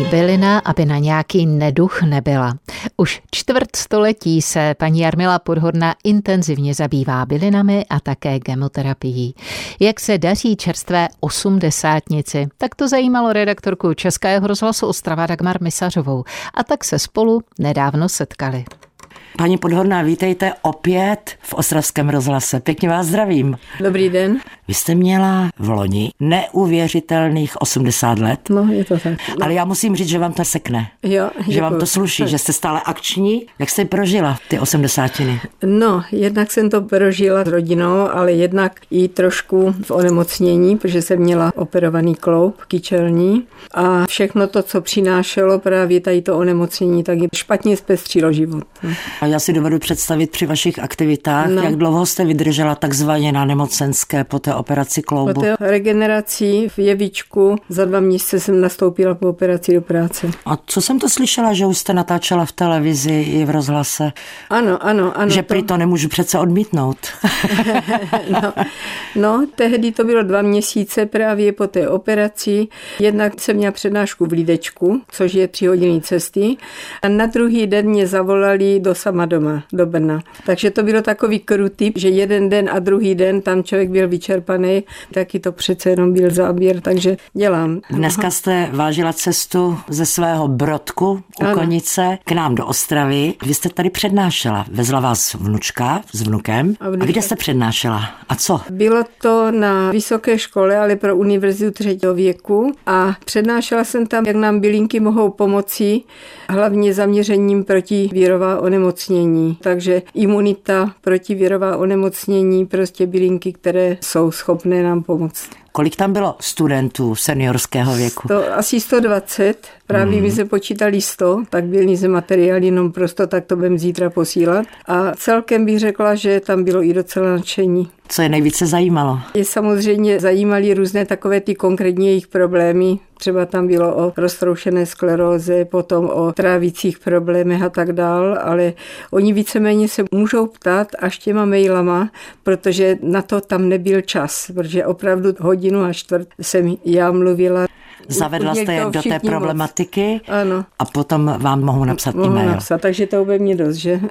bylina, aby na nějaký neduch nebyla. Už čtvrtstoletí se paní Jarmila Podhorná intenzivně zabývá bylinami a také gemoterapií. Jak se daří čerstvé osmdesátnici, tak to zajímalo redaktorku Českého rozhlasu Ostrava Dagmar Misařovou a tak se spolu nedávno setkali. Paní Podhorná, vítejte opět v Ostravském rozhlase. Pěkně vás zdravím. Dobrý den. Vy jste měla v loni neuvěřitelných 80 let. No, je to tak. No. Ale já musím říct, že vám to sekne. Jo, že vám to sluší, že jste stále akční. Jak jste prožila ty 80? No, jednak jsem to prožila s rodinou, ale jednak i trošku v onemocnění, protože jsem měla operovaný kloub kyčelní a všechno to, co přinášelo právě tady to onemocnění, tak je špatně zpestřilo život. A já si dovedu představit při vašich aktivitách, jak dlouho jste vydržela takzvaně na nemocenské po té operaci kloubu? Po té regeneraci v jevičku za 2 měsíce jsem nastoupila po operaci do práce. A co jsem to slyšela, že už jste natáčela v televizi i v rozhlase? Ano. Že prý to nemůžu přece odmítnout. No, tehdy to bylo 2 měsíce právě po té operaci. Jednak jsem měla přednášku v Lídečku, což je 3 hodiny cesty. A na druhý den mě zavolali do sama doma, do Brna. Takže to bylo takový krutý, že jeden den a druhý den tam člověk byl vyčerpaný, taky to přece jenom byl záběr, takže dělám. Dneska jste vážila cestu ze svého Brodku u Konice k nám do Ostravy. Vy jste tady přednášela. Vezla vás vnučka s vnukem. A kde jste přednášela? A co? Bylo to na vysoké škole, ale pro univerzitu 3. věku a přednášela jsem tam, jak nám bylinky mohou pomoci, hlavně zaměřením protivirová onemocnění. Takže imunita, protivirová onemocnění, prostě bylinky, které jsou schopné nám pomoct. Kolik tam bylo studentů seniorského věku? Asi 120, právě my se počítali 100, tak byl ze materiál jenom prosto, tak to budeme zítra posílat. A celkem bych řekla, že tam bylo i docela nadšení. Co je nejvíce zajímalo? Je samozřejmě zajímaly různé takové ty konkrétní jejich problémy. Třeba tam bylo o roztroušené skleróze, potom o trávicích problémech a tak dál, ale oni víceméně se můžou ptát až těma mailama, protože na to tam nebyl čas, protože opravdu 1.25 hodiny jsem já mluvila. Zavedla jste je do té problematiky ano. A potom vám mohou napsat e-mail. Takže to bude mě dost, že?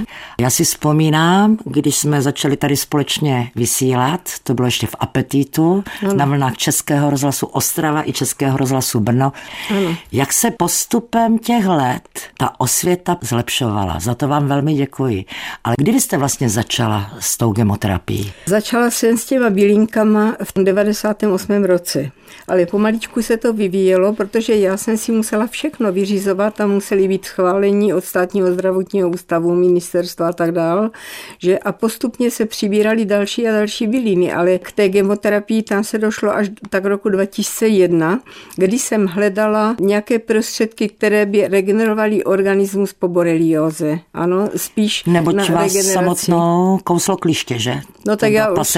Já si vzpomínám, když jsme začali tady společně vysílat, to bylo ještě v Apetitu, na vlnách Českého rozhlasu Ostrava i Českého rozhlasu Brno. Ano. Jak se postupem těch let ta osvěta zlepšovala, za to vám velmi děkuji. Ale kdy vy jste vlastně začala s tou gemoterapií? Začala jsem s těma bylinkama v 98. roce, ale pomaličku se to vyvíjelo, protože já jsem si musela všechno vyřizovat a museli být schválení od Státního zdravotního ústavu, ministerstva a tak dál, že a postupně se přibíraly další a další byliny, ale k té gemoterapii tam se došlo až tak roku 2001, kdy jsem hledala nějaké prostředky, které by regenerovaly organismus po borelióze. Ano, spíš neboť na vás regeneraci. Samotnou kouslo kliště, že? No tak já už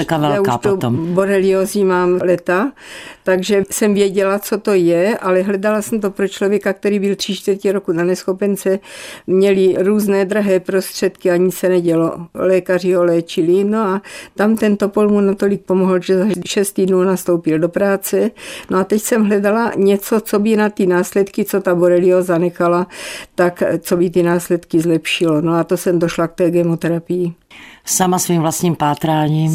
tu boreliózi mám leta, takže jsem věděla, co to je, ale hledala jsem to pro člověka, který byl 3/4 roku na neschopence, měli různé drahé prostředky a nic se nedělo. Lékaři ho léčili, no a tam ten Topol mu natolik pomohl, že za 6 týdnů nastoupil do práce. No a teď jsem hledala něco, co by na ty následky, co ta borelioza nechala, tak co by ty následky zlepšilo. No a to jsem došla k té gemoterapii. Sama svým vlastním pátráním.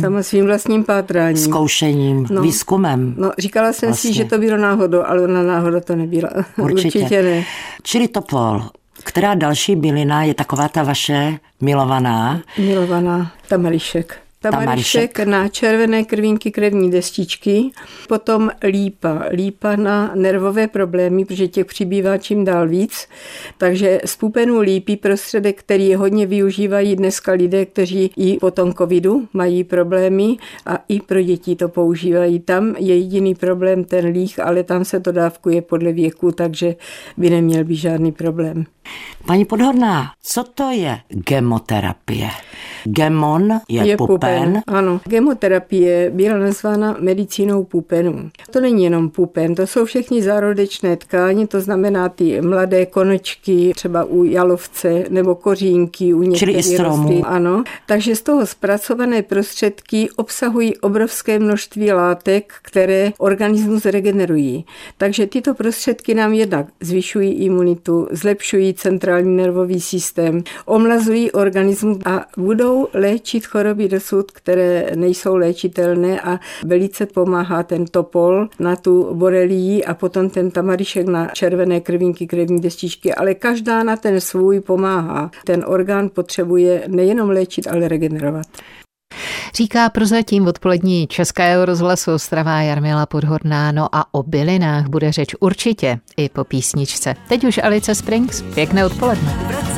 Zkoušením, výzkumem. No, říkala jsem si, že to bylo náhodou, ale ona náhoda to nebyla. Určitě ne. Čili Topol. Která další bylina je taková ta vaše milovaná? Tamarišek na červené krvinky, krevní destičky, potom lípa na nervové problémy, protože těch přibývá čím dál víc, takže z pupenu lípy prostředek, který hodně využívají dneska lidé, kteří i po tom covidu mají problémy a i pro děti to používají. Tam je jediný problém ten líh, ale tam se to dávkuje podle věku, takže by neměl být žádný problém. Paní Podhorná, co to je gemoterapie? Gemon je pupén. pupen. Ano, gemoterapie byla nazvána medicínou pupenů. To není jenom pupen, to jsou všechny zárodečné tkáně, to znamená ty mladé konečky, třeba u jalovce nebo kořínky, u některých rostlin. Ano, takže z toho zpracované prostředky obsahují obrovské množství látek, které organismus regenerují. Takže tyto prostředky nám jednak zvyšují imunitu, zlepšují centrální nervový systém, omlazují organismus a budou léčit choroby dosud, které nejsou léčitelné a velice pomáhá ten topol na tu borelii a potom ten tamarišek na červené krvinky, krevní destičky, ale každá na ten svůj pomáhá. Ten orgán potřebuje nejenom léčit, ale regenerovat. Říká prozatím odpolední Českého rozhlasu Ostrava Jarmila Podhorná. No a o bylinách bude řeč určitě i po písničce. Teď už Alice Springs. Pěkné odpoledne.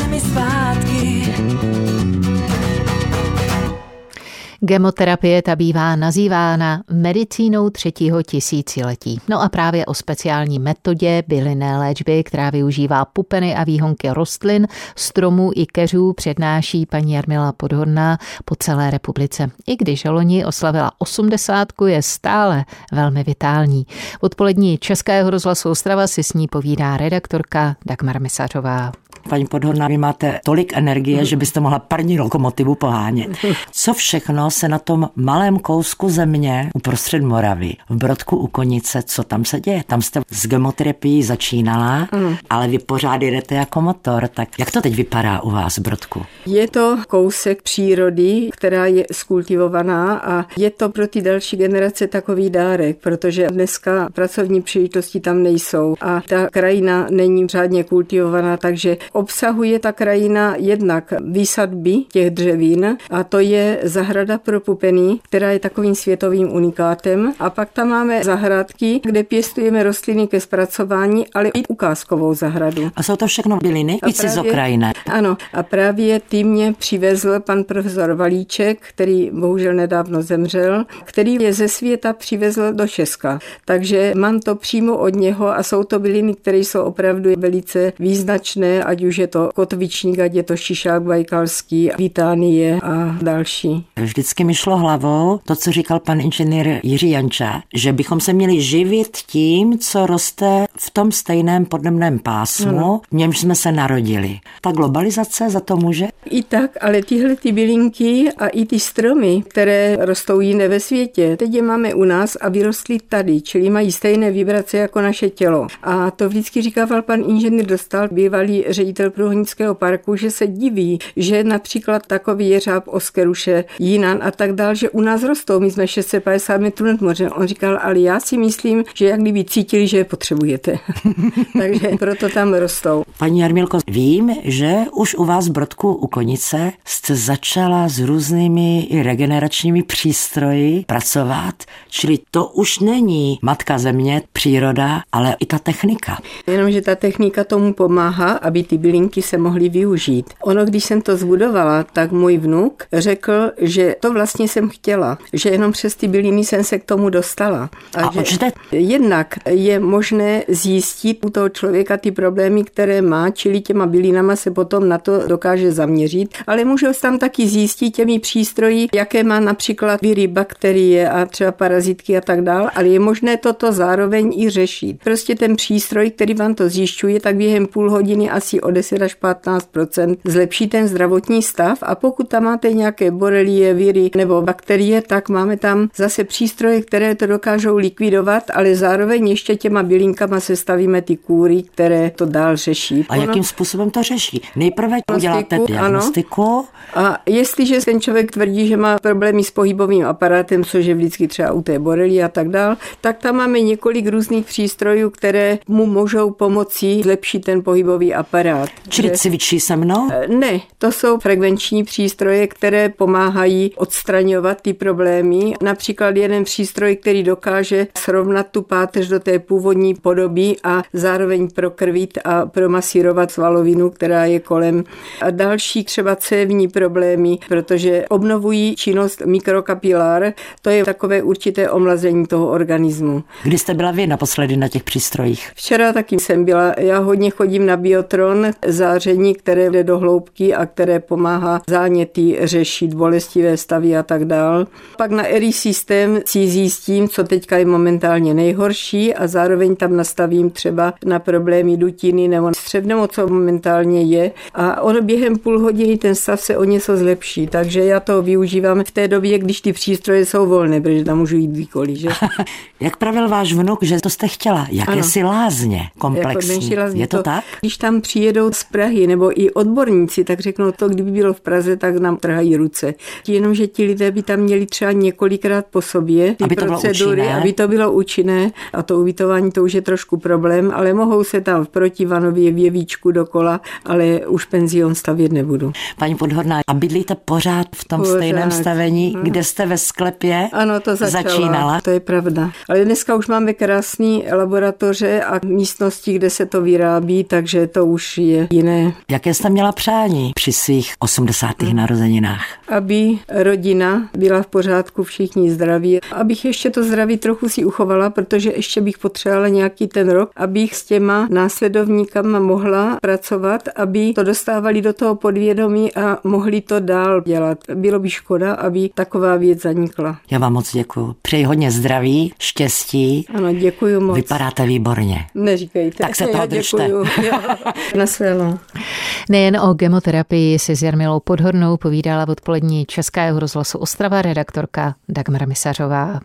Gemoterapie ta bývá nazývána medicínou 3. tisíciletí. No a právě o speciální metodě bylinné léčby, která využívá pupeny a výhonky rostlin, stromů i keřů, přednáší paní Jarmila Podhorná po celé republice. I když loni oslavila 80, je stále velmi vitální. Odpolední Českého rozhlasu Ostrava si s ní povídá redaktorka Dagmar Misařová. Paní Podhorná, vy máte tolik energie, že byste mohla parní lokomotivu pohánět. Co všechno se na tom malém kousku země uprostřed Moravy, v Brodku u Konice, co tam se děje? Tam jste s gemoterapií začínala, ale vy pořád jedete jako motor. Tak jak to teď vypadá u vás v Brodku? Je to kousek přírody, která je skultivovaná a je to pro ty další generace takový dárek, protože dneska pracovní příležitosti tam nejsou a ta krajina není řádně kultivovaná, takže obsahuje ta krajina jednak výsadby těch dřevín a to je zahrada pro pupeny, která je takovým světovým unikátem. A pak tam máme zahrádky, kde pěstujeme rostliny ke zpracování, ale i ukázkovou zahradu. A jsou to všechno byliny? I cizokrajné. Ano. A právě ty mě přivezl pan profesor Valíček, který bohužel nedávno zemřel, který je ze světa přivezl do Česka. Takže mám to přímo od něho a jsou to byliny, které jsou opravdu velice význačné, ať už je to kotvičník, ať je to šišák bajkalský, Británie a další. Vždycky mi šlo hlavou to, co říkal pan inženýr Jiří Janča, že bychom se měli živit tím, co roste v tom stejném podnebném pásmu, v němž jsme se narodili. Ta globalizace za to může? I tak, ale tyhle ty bylinky a i ty stromy, které rostou jinde ve světě, teď je máme u nás a vyrostly tady, čili mají stejné vibrace jako naše tělo. A to vždycky říkával pan inženýr Dostal, bývalý ředitel Průhonického parku, že se diví, že například takový jeřáb oskeruše, jinan a tak dál, že u nás rostou. My jsme 650 metrů nad mořem. On říkal, ale já si myslím, že jak kdyby cítili, že je potřebujete. Takže proto tam rostou. Paní Jarmilko, vím, že už u vás v Brodku u Konice jste začala s různými i regeneračními přístroji pracovat, čili to už není matka země, příroda, ale i ta technika. Jenomže ta technika tomu pomáhá, aby ty bylinky se mohly využít. Ono, když jsem to zbudovala, tak můj vnuk řekl, že to vlastně jsem chtěla, že jenom přes ty byliny jsem se k tomu dostala. A že jednak je možné zjistit u toho člověka ty problémy, které má, čili těma bylinama se potom na to dokáže zaměřit, ale může tam taky zjistit těmi přístroji, jaké má například viry, bakterie a třeba parazitky a tak dál, ale je možné toto zároveň i řešit. Prostě ten přístroj, který vám to zjišťuje, tak během půl hodiny asi o 10 až 15% zlepší ten zdravotní stav a pokud tam máte nějaké borelie, viry nebo bakterie, tak máme tam zase přístroje, které to dokážou likvidovat, ale zároveň ještě těma bylinkama sestavíme ty kůry, které to dál řeší. A jakým způsobem to řeší? Nejprve uděláte diagnostiku. Ano. A jestliže ten člověk tvrdí, že má problémy s pohybovým aparátem, což je vždycky třeba u té borelie a tak dál, tak tam máme několik různých přístrojů, které mu můžou pomoci zlepšit ten pohybový aparát. Čili cvičí se mnou? Ne, to jsou frekvenční přístroje, které pomáhají odstraňovat ty problémy. Například jeden přístroj, který dokáže srovnat tu páteř do té původní podoby a zároveň prokrvit a promasírovat svalovinu, která je kolem. A další třeba cévní problémy, protože obnovují činnost mikrokapilár, to je takové určité omlazení toho organismu. Kdy jste byla vy naposledy na těch přístrojích? Včera taky jsem byla. Já hodně chodím na biotron, mám záření, které jde do hloubky a které pomáhá záněty řešit, bolestivé stavy a tak dál. Pak na ERI systém cízí s tím, co teďka je momentálně nejhorší a zároveň tam nastavím třeba na problémy dutiny nebo střevného, co momentálně je. A ono během půl hodiny ten stav se o něco zlepší, takže já to využívám v té době, když ty přístroje jsou volné, protože tam můžu jít kdykoliv, že? Jak pravil váš vnuk, že to jste chtěla? Jakési lázně komplexní. Jako je to tak? Když tam přijedou z Prahy nebo i odborníci, tak řeknou to, kdyby bylo v Praze, tak nám trhají ruce. Jenomže ti lidé by tam měli třeba několikrát po sobě ty procedury, aby to bylo účinné. A to ubytování to už je trošku problém, ale mohou se tam v Protivanově věvíčku dokola, ale už penzion stavět nebudu. Paní Podhorná, a bydlíte pořád v tom stejném stavení, kde jste ve sklepě ano, to začínala? To je pravda. Ale dneska už máme krásné laboratoře a místnosti, kde se to vyrábí, takže to už je jiné. Jaké jste měla přání při svých 80. narozeninách? Aby rodina byla v pořádku, všichni zdraví. Abych ještě to zdraví trochu si uchovala, protože ještě bych potřebovala nějaký ten rok, abych s těma následovníkama mohla pracovat, aby to dostávali do toho podvědomí a mohli to dál dělat. Bylo by škoda, aby taková věc zanikla. Já vám moc děkuju. Přeji hodně zdraví, štěstí. Ano, děkuju moc. Vypadáte výborně. Neříkejte. Tak se toho držte. Nasvělo. Nejen o gemoterapii si s Jarmilou Podhornou povídala v odpolední Českého rozhlasu Ostrava redaktorka Dagmar Misařová.